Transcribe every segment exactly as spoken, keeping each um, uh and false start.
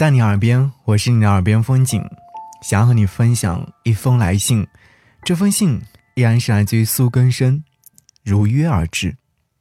在你耳边，我是你的耳边风景，想要和你分享一封来信。这封信依然是来自于苏根生，如约而至。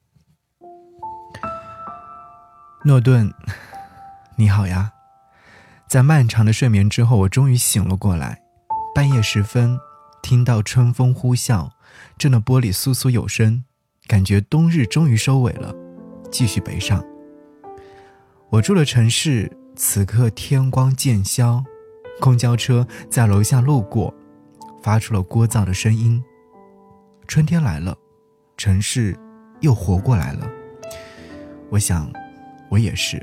诺顿，你好呀。在漫长的睡眠之后，我终于醒了过来。半夜时分，听到春风呼啸，震得玻璃簌簌有声，感觉冬日终于收尾了，继续北上。我住的城市此刻天光渐消，公交车在楼下路过，发出了聒噪的声音。春天来了，城市又活过来了。我想我也是。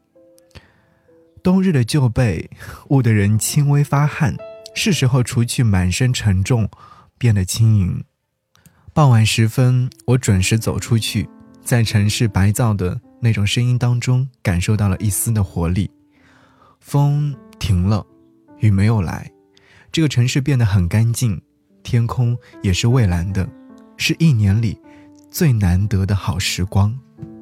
冬日的旧被捂得人轻微发汗，是时候除去满身沉重，变得轻盈。傍晚时分，我准时走出去，在城市白噪的那种声音当中感受到了一丝的活力。风停了，雨没有来，这个城市变得很干净，天空也是蔚蓝的，是一年里最难得的好时光。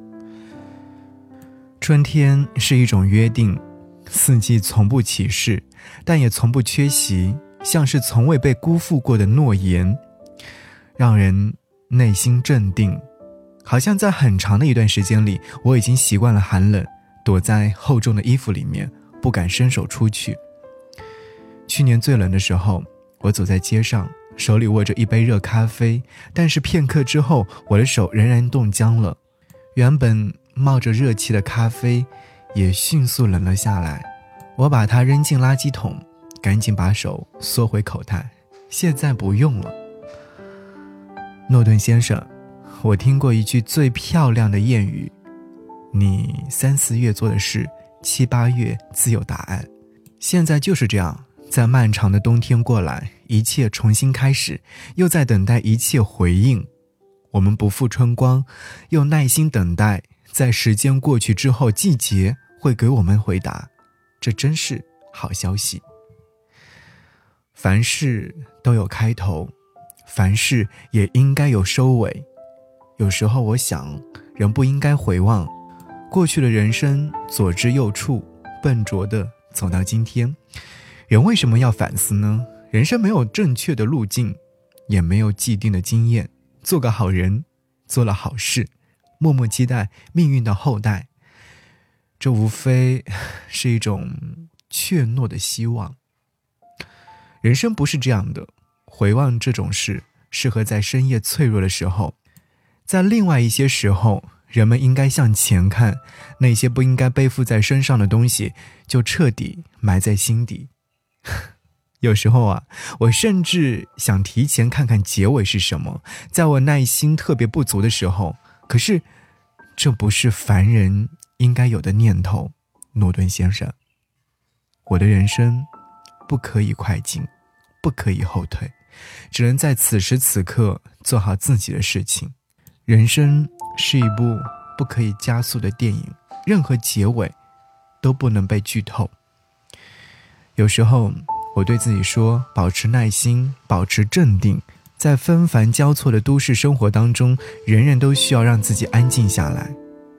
春天是一种约定，四季从不起势，但也从不缺席，像是从未被辜负过的诺言，让人内心镇定。好像在很长的一段时间里，我已经习惯了寒冷，躲在厚重的衣服里面，不敢伸手出去。去年最冷的时候，我走在街上，手里握着一杯热咖啡，但是片刻之后，我的手仍然冻僵了。原本冒着热气的咖啡也迅速冷了下来。我把它扔进垃圾桶，赶紧把手缩回口袋，现在不用了。诺顿先生，我听过一句最漂亮的谚语，你三四月做的事，七八月自有答案。现在就是这样，在漫长的冬天过来，一切重新开始，又在等待一切回应。我们不负春光，又耐心等待，在时间过去之后，季节会给我们回答。这真是好消息。凡事都有开头，凡事也应该有收尾。有时候我想，人不应该回望过去的人生，左支右绌，笨拙地走到今天。人为什么要反思呢？人生没有正确的路径，也没有既定的经验。做个好人，做了好事，默默期待命运的后代，这无非是一种怯懦的希望。人生不是这样的，回望这种事，适合在深夜脆弱的时候。在另外一些时候，人们应该向前看，那些不应该背负在身上的东西，就彻底埋在心底。有时候啊，我甚至想提前看看结尾是什么，在我耐心特别不足的时候。可是，这不是凡人应该有的念头，诺顿先生。我的人生不可以快进，不可以后退，只能在此时此刻做好自己的事情。人生是一部不可以加速的电影，任何结尾都不能被剧透。有时候我对自己说，保持耐心，保持镇定。在纷繁交错的都市生活当中，人人都需要让自己安静下来。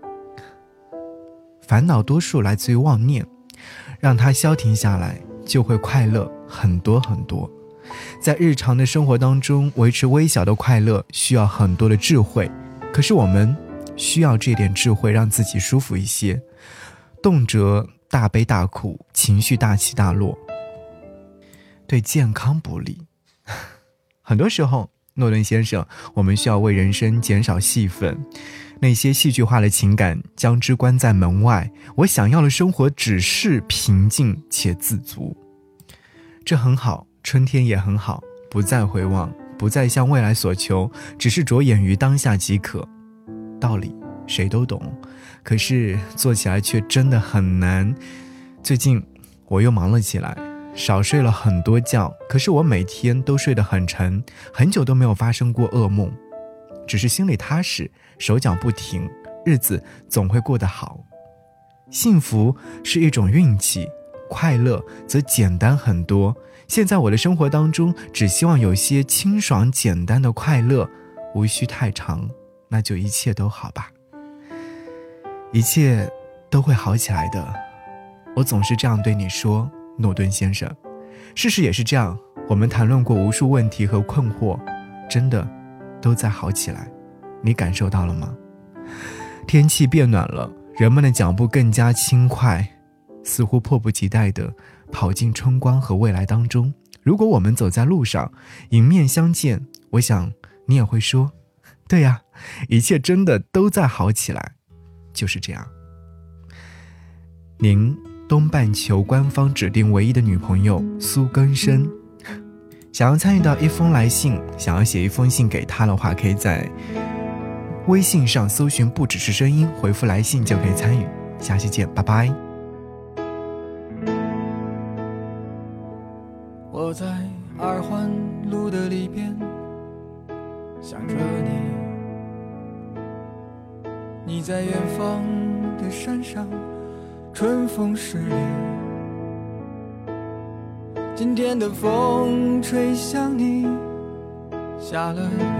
烦恼多数来自于妄念，让它消停下来，就会快乐很多很多。在日常的生活当中，维持微小的快乐需要很多的智慧，可是我们需要这点智慧让自己舒服一些，动辄大悲大哭，情绪大起大落，对健康不利。很多时候，诺顿先生，我们需要为人生减少戏份，那些戏剧化的情感将之关在门外。我想要的生活只是平静且自足，这很好，春天也很好，不再回望，不再向未来所求，只是着眼于当下即可。道理谁都懂，可是做起来却真的很难。最近我又忙了起来，少睡了很多觉，可是我每天都睡得很沉，很久都没有发生过噩梦，只是心里踏实，手脚不停，日子总会过得好。幸福是一种运气，快乐则简单很多。现在我的生活当中，只希望有些清爽简单的快乐，无需太长，那就一切都好吧。一切都会好起来的， 我总是这样对你说，诺顿先生。事实也是这样，我们谈论过无数问题和困惑，真的都在好起来。你感受到了吗？天气变暖了，人们的脚步更加轻快，似乎迫不及待地跑进春光和未来当中。如果我们走在路上，迎面相见，我想你也会说，对呀，一切真的都在好起来，就是这样。您东半球官方指定唯一的女朋友苏根生，想要参与到一封来信，想要写一封信给他的话，可以在微信上搜寻不只是声音，回复来信就可以参与。下期见，拜拜。 我在二环路的里边想着你，你在远方的山上春风十里，今天的风吹向你，下了雨。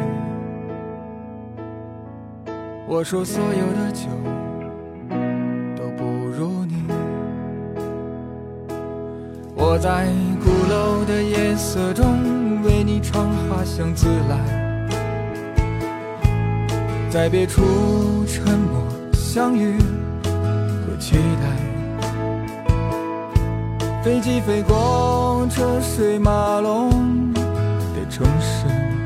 我说所有的酒都不如你，我在鼓楼的夜色中为你唱花香自来，在别处沉默相遇和期待，飞机飞过车水马龙的城市，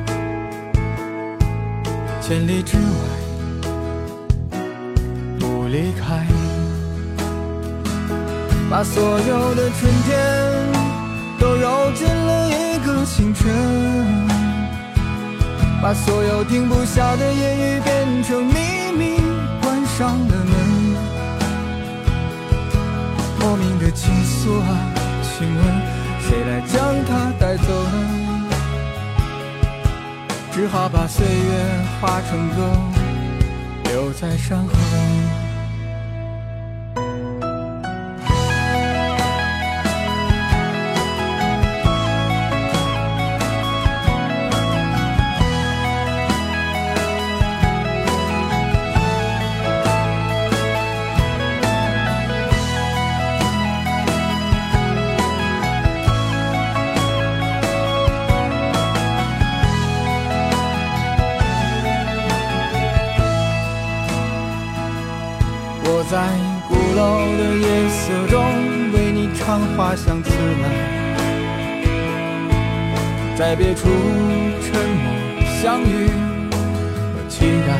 千里之外不离开，把所有的春天都揉进了一个清晨，把所有停不下的言语变成秘密，关上了门。莫名的情愫啊，请问谁来将它带走呢？只好把岁月化成歌，留在山河。我在鼓楼的夜色中为你唱花香自来，在别处沉默相遇和期待，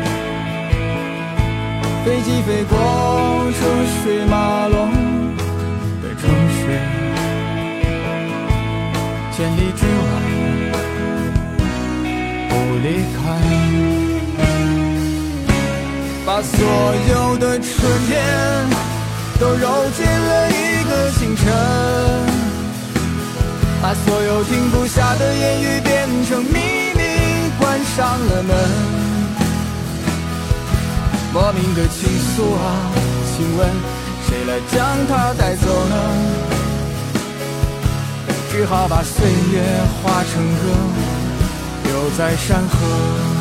飞机飞过车水马龙的城市，千里之外不离开，把所有的春天都揉进了一个清晨，把所有停不下的言语变成秘密，关上了门。莫名的情愫啊，请问谁来将它带走呢？只好把岁月化成歌，留在山河。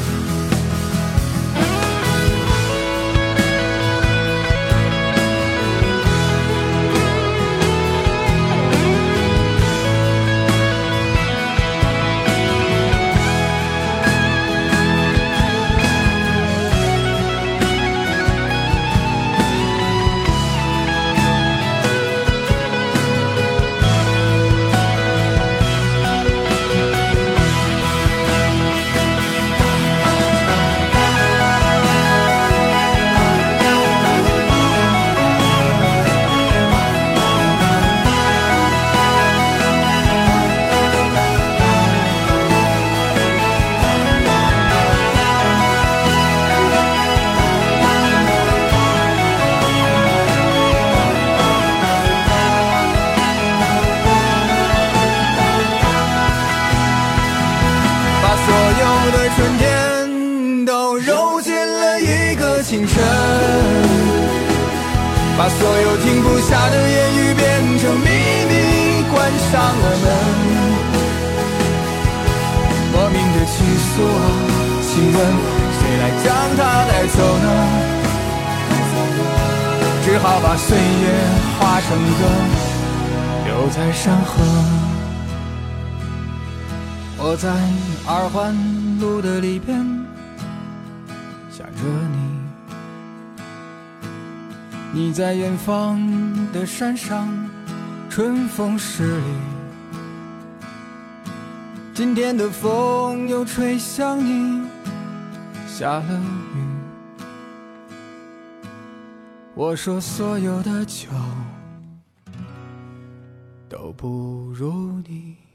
春天都揉进了一个清晨，把所有停不下的言语变成秘密，关上了门。莫名的情愫啊，请问谁来将它带走呢？只只好把岁月化成歌，留在山河。我在二环路的里边想着你，你在远方的山上春风十里，今天的风又吹向你，下了雨。我说所有的酒都不如你。